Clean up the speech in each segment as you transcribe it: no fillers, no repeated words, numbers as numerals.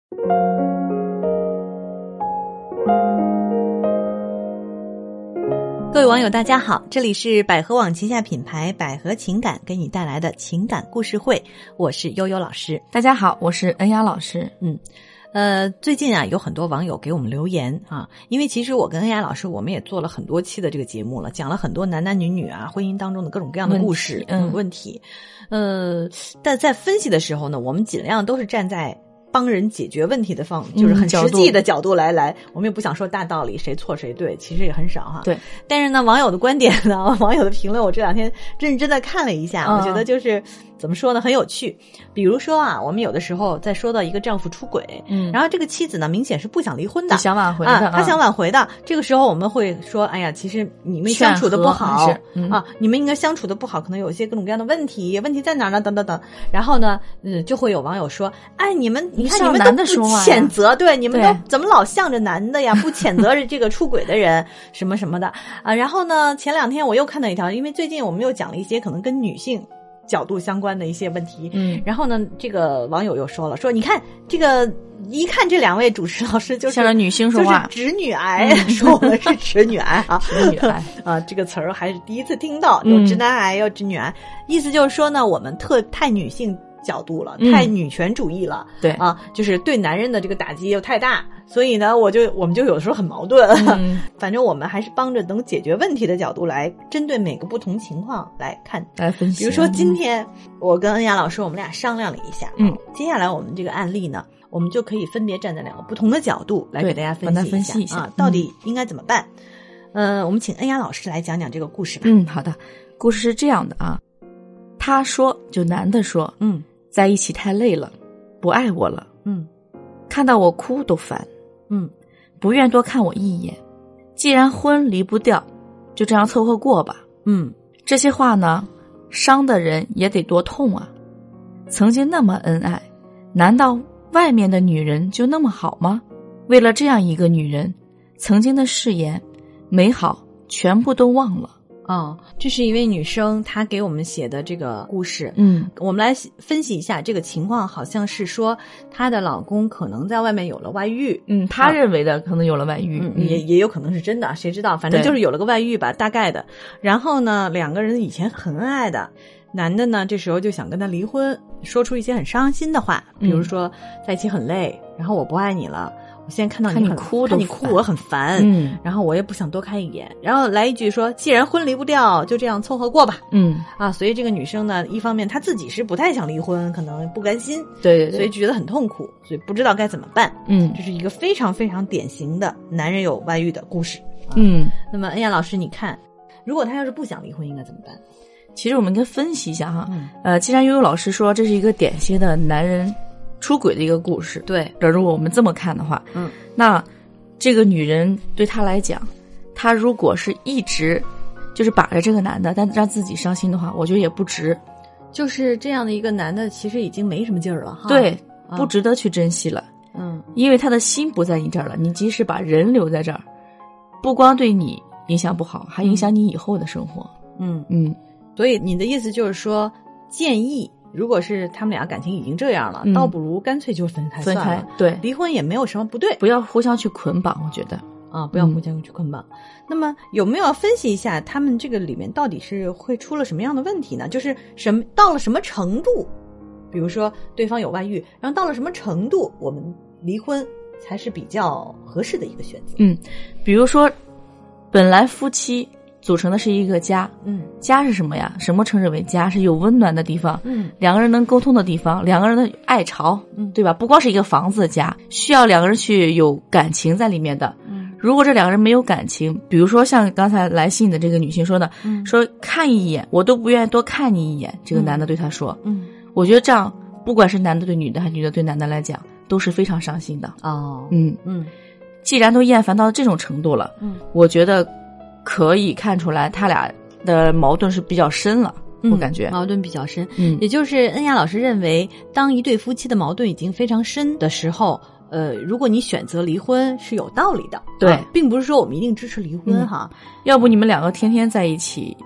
各位网友大家好，这里是百合网旗下品牌百合情感给你带来的情感故事会，我是悠悠老师。 大家好，我是恩雅老师。 最近啊，有很多网友给我们留言啊，因为其实我跟恩雅老师我们也做了很多期的这个节目了，讲了很多男男女女啊婚姻当中的各种各样的故事问题。但在分析的时候呢，我们尽量都是站在帮人解决问题的就是很实际的角度来，我们也不想说大道理谁错谁对，其实也很少哈。 对， 但是呢，网友的观点呢，网友的评论，我这两天认真的看了一下，我觉得就是怎么说呢，很有趣。比如说啊，我们有的时候在说到一个丈夫出轨，然后这个妻子呢，明显是不想离婚的， 想挽回的， 她想挽回的。这个时候我们会说，哎呀，其实你们相处的不好啊，你们应该相处的不好，可能有一些各种各样的问题在哪呢？等等等。然后呢，就会有网友说，哎，你看你们都不谴责，对，你们都怎么老向着男的呀？不谴责这个出轨的人什么什么的啊。然后呢，前两天我又看到一条，因为最近我们又讲了一些可能跟女性角度相关的一些问题，然后呢，这个网友又说你看这个，一看这两位主持老师就是向着女性说话， 就是直女癌，说我们是直女癌啊， 直女癌啊，这个词儿还是第一次听到，有直男癌，有直女癌，意思就是说呢，我们太女性角度了，太女权主义了， 对啊，就是对男人的这个打击又太大，所以呢，我们就有的时候很矛盾。反正我们还是帮着能解决问题的角度来针对每个不同情况来看， 来分析。 比如说今天我跟恩雅老师我们俩商量了一下，接下来我们这个案例呢，我们就可以分别站在两个不同的角度来给大家分析一下啊，到底应该怎么办？我们请恩雅老师来讲讲这个故事吧。 好的，故事是这样的啊，他说，就男的说，在一起太累了，不爱我了，看到我哭都烦，不愿多看我一眼，既然婚离不掉，就这样凑合过吧。这些话呢，伤的人也得多痛啊！曾经那么恩爱，难道外面的女人就那么好吗？为了这样一个女人，曾经的誓言美好全部都忘了。 这是一位女生她给我们写的这个故事。我们来分析一下这个情况，好像是说她的老公可能在外面有了外遇。 她认为的可能有了外遇， 也有可能是真的，谁知道，反正就是有了个外遇吧，大概的。然后呢，两个人以前很恩爱的，男的呢这时候就想跟她离婚，说出一些很伤心的话，比如说在一起很累，然后我不爱你了，我现在看到你哭我很烦，然后我也不想多看一眼，然后来一句说既然婚离不掉，就这样凑合过吧。所以这个女生呢，一方面她自己是不太想离婚，可能不甘心， 对， 所以觉得很痛苦，所以不知道该怎么办。这是一个非常非常典型的男人有外遇的故事。那么恩雅老师，你看如果他要是不想离婚应该怎么办？ 其实我们应该分析一下哈。既然悠悠老师说这是一个典型的男人出轨的一个故事， 对， 如果我们这么看的话，那这个女人对她来讲，她如果是一直就是把着这个男的，但让自己伤心的话，我觉得也不值。 就是这样的一个男的，其实已经没什么劲儿了哈。 对，不值得去珍惜了。因为他的心不在你这儿了，你即使把人留在这儿，不光对你影响不好，还影响你以后的生活。 所以你的意思就是说，建议如果是他们俩感情已经这样了，倒不如干脆就分开算了。 对， 离婚也没有什么不对， 不要互相去捆绑，我觉得不要互相去捆绑。那么有没有要分析一下他们这个里面到底是会出了什么样的问题呢？就是到了什么程度，比如说对方有外遇，然后到了什么程度我们离婚才是比较合适的一个选择。 比如说本来夫妻组成的是一个家，家是什么呀？什么称之为家？是有温暖的地方，两个人能沟通的地方，两个人的爱巢，对吧？不光是一个房子的家，需要两个人去有感情在里面的。如果这两个人没有感情，比如说像刚才来信的这个女性说的，说看一眼我都不愿意多看你一眼，这个男的对她说，我觉得这样不管是男的对女的还是女的对男的来讲都是非常伤心的。既然都厌烦到这种程度了，我觉得可以看出来他俩的矛盾是比较深了。我感觉矛盾比较深，也就是恩雅老师认为，当一对夫妻的矛盾已经非常深的时候，如果你选择离婚是有道理的。 对， 并不是说我们一定支持离婚哈。 要不你们两个天天在一起，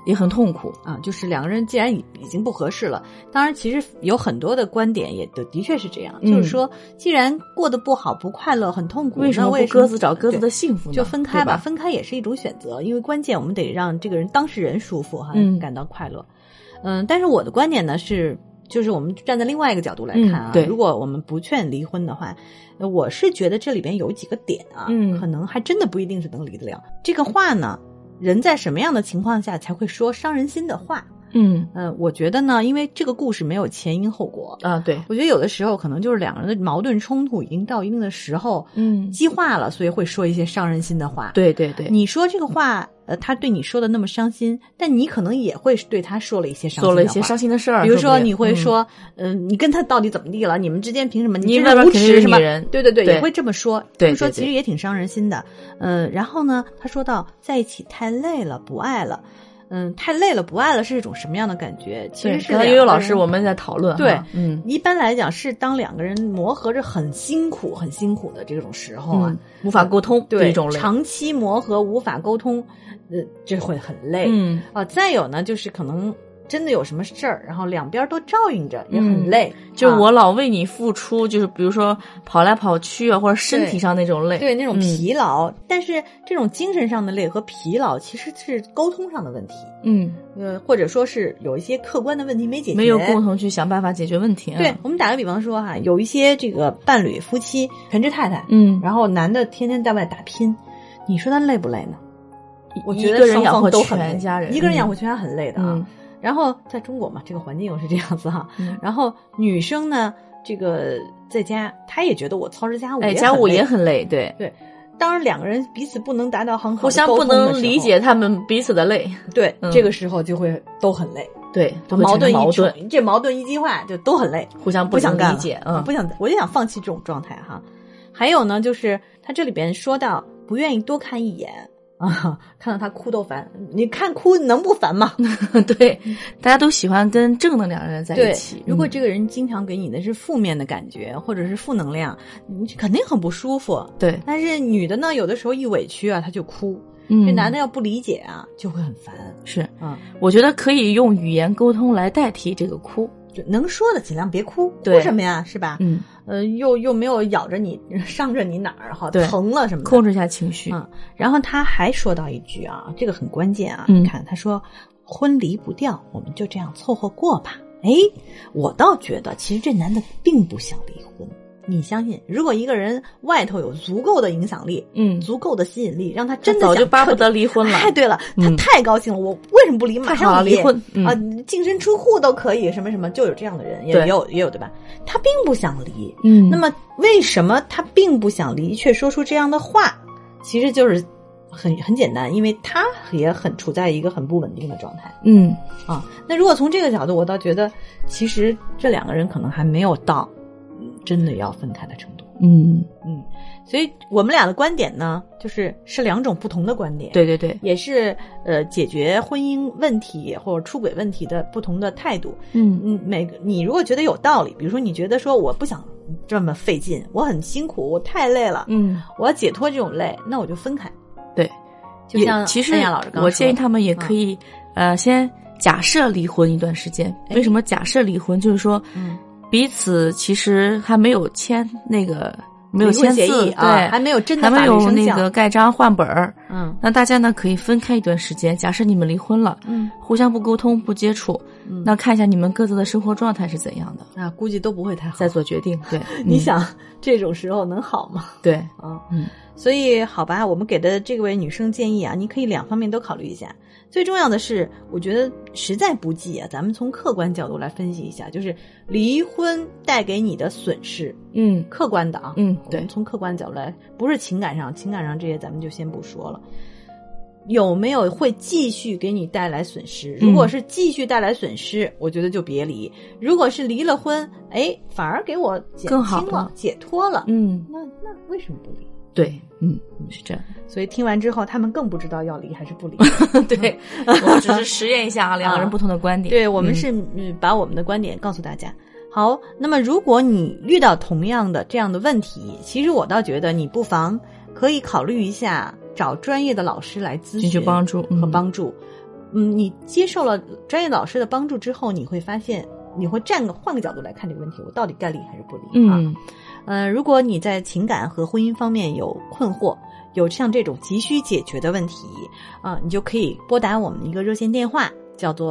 也很痛苦啊。就是两个人既然已经不合适了，当然其实有很多的观点也的确是这样，就是说既然过得不好不快乐很痛苦， 为什么不各自找各自的幸福呢？ 就分开吧，分开也是一种选择，因为关键我们得让这个人当事人舒服哈，感到快乐。但是我的观点呢是，就是我们站在另外一个角度来看啊，如果我们不劝离婚的话，我是觉得这里边有几个点啊，可能还真的不一定是能离得了。这个话呢，人在什么样的情况下才会说伤人心的话？我觉得呢，因为这个故事没有前因后果啊，对， 我觉得有的时候可能就是两个人的矛盾冲突已经到一定的时候，激化了，所以会说一些伤人心的话。 对对对， 你说这个话，他对你说的那么伤心，但你可能也会对他说了一些伤心的话， 说了一些伤心的事儿。 比如说你会说，你跟他到底怎么地了？你们之间凭什么？ 你这是无耻什么？ 对对对，也会这么说。 对， 说其实也挺伤人心的。然后呢，他说到在一起太累了，不爱了。太累了不爱了是一种什么样的感觉？其实是刚才悠悠老师我们在讨论， 对，一般来讲是当两个人磨合着很辛苦的这种时候啊， 无法沟通， 对， 这种累， 长期磨合无法沟通，这会很累。再有呢，就是可能真的有什么事儿，然后两边都照应着，也很累。 就我老为你付出，就是比如说跑来跑去啊，或者身体上那种累， 对那种疲劳。但是这种精神上的累和疲劳其实是沟通上的问题。或者说是有一些客观的问题没解决， 没有共同去想办法解决问题。 对，我们打个比方说哈，有一些这个伴侣夫妻全职太太，然后男的天天在外打拼，你说他累不累呢？我觉得双方都很累， 全家人， 一个人养活全家很累的啊。然后在中国嘛，这个环境又是这样子哈。然后女生呢，这个在家，她也觉得我操持家务也很累， 家务也很累，对对。当然，两个人彼此不能达到很好的互相不能理解他们彼此的累， 对，这个时候就会都很累， 对， 矛盾这矛盾一激化就都很累， 互相不想理解， 不想，我就想放弃这种状态哈。还有呢，就是他这里边说到不愿意多看一眼。看到他哭都烦，你看哭能不烦吗？ 对，大家都喜欢跟正能量的人在一起。 如果这个人经常给你的是负面的感觉，或者是负能量，你肯定很不舒服。 对， 但是女的呢，有的时候一委屈啊，她就哭。这男的要不理解啊，就会很烦。 是，我觉得可以用语言沟通来代替这个哭。 能说的尽量别哭，哭什么呀，是吧？又没有咬着你，伤着你哪儿哈，疼了什么的， 控制一下情绪。 然后他还说到一句啊，这个很关键啊，你看他说婚离不掉，我们就这样凑合过吧。我倒觉得其实这男的并不想离婚。你相信，如果一个人外头有足够的影响力，足够的吸引力，让他真的早就巴不得离婚了。 对了，他太高兴了，我为什么不离？马上离婚啊，净身出户都可以，什么什么，就有这样的人，也有对吧？他并不想离，那么为什么他并不想离，却说出这样的话？其实就是很简单，因为他也很处在一个很不稳定的状态。那如果从这个角度，我倒觉得其实这两个人可能还没有到真的要分开的程度。所以我们俩的观点呢，是两种不同的观点。 对对对， 也是解决婚姻问题或者出轨问题的不同的态度。你如果觉得有道理，比如说你觉得说我不想这么费劲，我很辛苦，我太累了，我要解脱这种累，那我就分开。 对， 就像其实老师刚我建议他们也可以先假设离婚一段时间。为什么假设离婚？就是说彼此其实还没有签那个没有签字，对， 还没有真的法律生效，还没有那个盖章换本儿。 那大家呢可以分开一段时间。假设你们离婚了，互相不沟通不接触，那看一下你们各自的生活状态是怎样的啊？估计都不会太好， 再做决定。对， 你想这种时候能好吗？ 对， 所以好吧，我们给的这位女生建议啊，你可以两方面都考虑一下。最重要的是，我觉得实在不济啊，咱们从客观角度来分析一下，就是离婚带给你的损失，客观的啊，对，从客观角度来，不是情感上这些咱们就先不说了。有没有会继续给你带来损失？如果是继续带来损失，我觉得就别离。如果是离了婚，反而给我减轻了，解脱了，那为什么不离？ 对，是这样。 所以听完之后，他们更不知道要离还是不离。 对，我们只是实验一下两个人不同的观点。 对，我们是把我们的观点告诉大家。好，那么如果你遇到同样的这样的问题，其实我倒觉得你不妨可以考虑一下找专业的老师来咨询帮助和帮助。 你接受了专业老师的帮助之后，你会发现，你会换个角度来看这个问题，我到底该离还是不离啊？如果你在情感和婚姻方面有困惑，有像这种急需解决的问题啊，你就可以拨打我们一个热线电话，叫做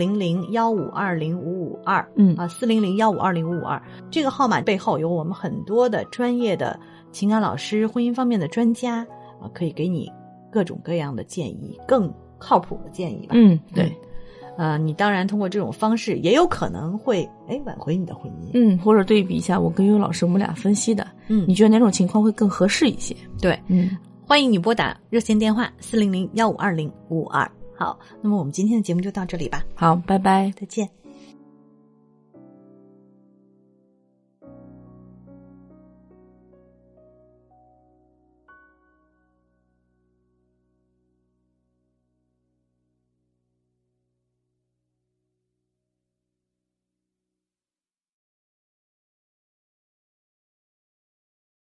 400-1520552，400-1520552。这个号码背后有我们很多的专业的情感老师、婚姻方面的专家啊，可以给你各种各样的建议，更靠谱的建议吧。 对。 你当然通过这种方式也有可能会挽回你的婚姻。 或者对比一下我跟悠悠老师我们俩分析的，你觉得哪种情况会更合适一些？ 对，欢迎你拨打热线电话400-1520552。好，那么我们今天的节目就到这里吧。 好，拜拜， 再见。